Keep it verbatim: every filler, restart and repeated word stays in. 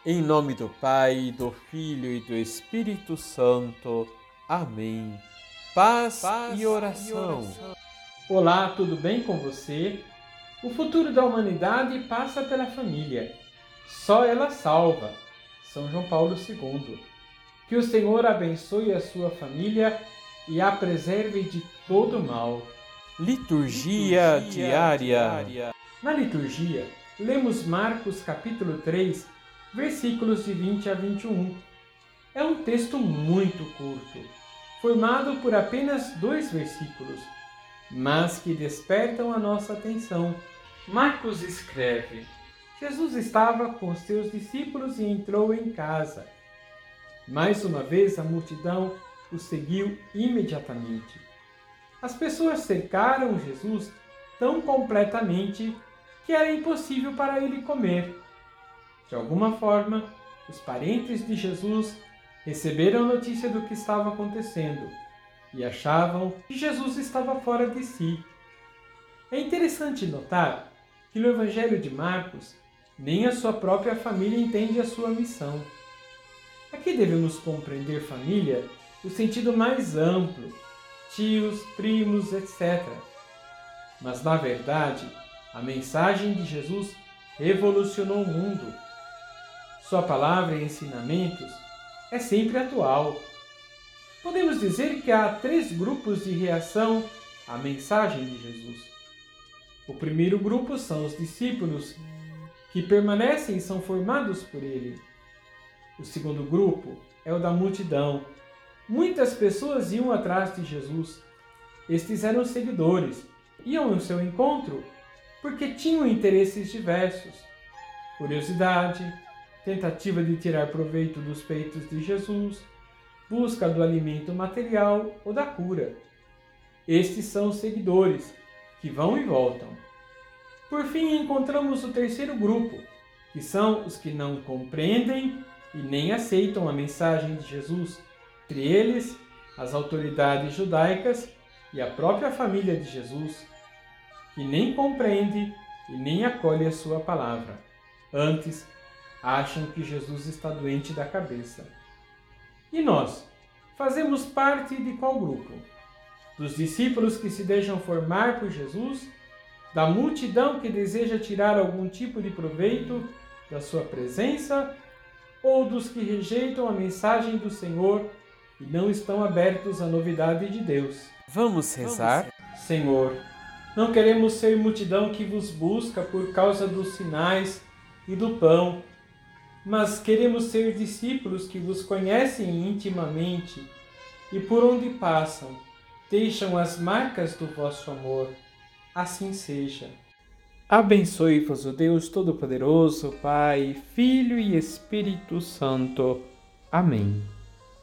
Em nome do Pai, do Filho e do Espírito Santo. Amém. Paz, Paz e, oração. e oração. Olá, tudo bem com você? O futuro da humanidade passa pela família. Só ela salva. São João Paulo segundo. Que o Senhor abençoe a sua família e a preserve de todo mal. Liturgia, Liturgia diária. diária. Na liturgia, lemos Marcos capítulo três, versículos de vinte a vinte e um. É um texto muito curto, formado por apenas dois versículos, mas que despertam a nossa atenção. Marcos escreve: Jesus estava com seus discípulos e entrou em casa. Mais uma vez a multidão o seguiu imediatamente. As pessoas cercaram Jesus tão completamente que era impossível para ele comer. De alguma forma, os parentes de Jesus receberam notícia do que estava acontecendo e achavam que Jesus estava fora de si. É interessante notar que no Evangelho de Marcos, nem a sua própria família entende a sua missão. Aqui devemos compreender família no sentido mais amplo, tios, primos, etcétera. Mas, na verdade, a mensagem de Jesus revolucionou o mundo. Sua palavra e ensinamentos é sempre atual. Podemos dizer que há três grupos de reação à mensagem de Jesus. O primeiro grupo são os discípulos, que permanecem e são formados por ele. O segundo grupo é o da multidão. Muitas pessoas iam atrás de Jesus. Estes eram seguidores, iam ao seu encontro porque tinham interesses diversos: curiosidade, tentativa de tirar proveito dos feitos de Jesus, busca do alimento material ou da cura. Estes são os seguidores, que vão e voltam. Por fim, encontramos o terceiro grupo, que são os que não compreendem e nem aceitam a mensagem de Jesus. Entre eles, as autoridades judaicas e a própria família de Jesus, que nem compreende e nem acolhe a sua palavra. Antes, acham que Jesus está doente da cabeça. E nós, fazemos parte de qual grupo? Dos discípulos que se deixam formar por Jesus? Da multidão que deseja tirar algum tipo de proveito da sua presença? Ou dos que rejeitam a mensagem do Senhor e não estão abertos à novidade de Deus? Vamos rezar? Senhor, não queremos ser multidão que vos busca por causa dos sinais e do pão, mas queremos ser discípulos que vos conhecem intimamente e por onde passam deixam as marcas do vosso amor. Assim seja. Abençoe-vos o Deus Todo-Poderoso, Pai, Filho e Espírito Santo. Amém.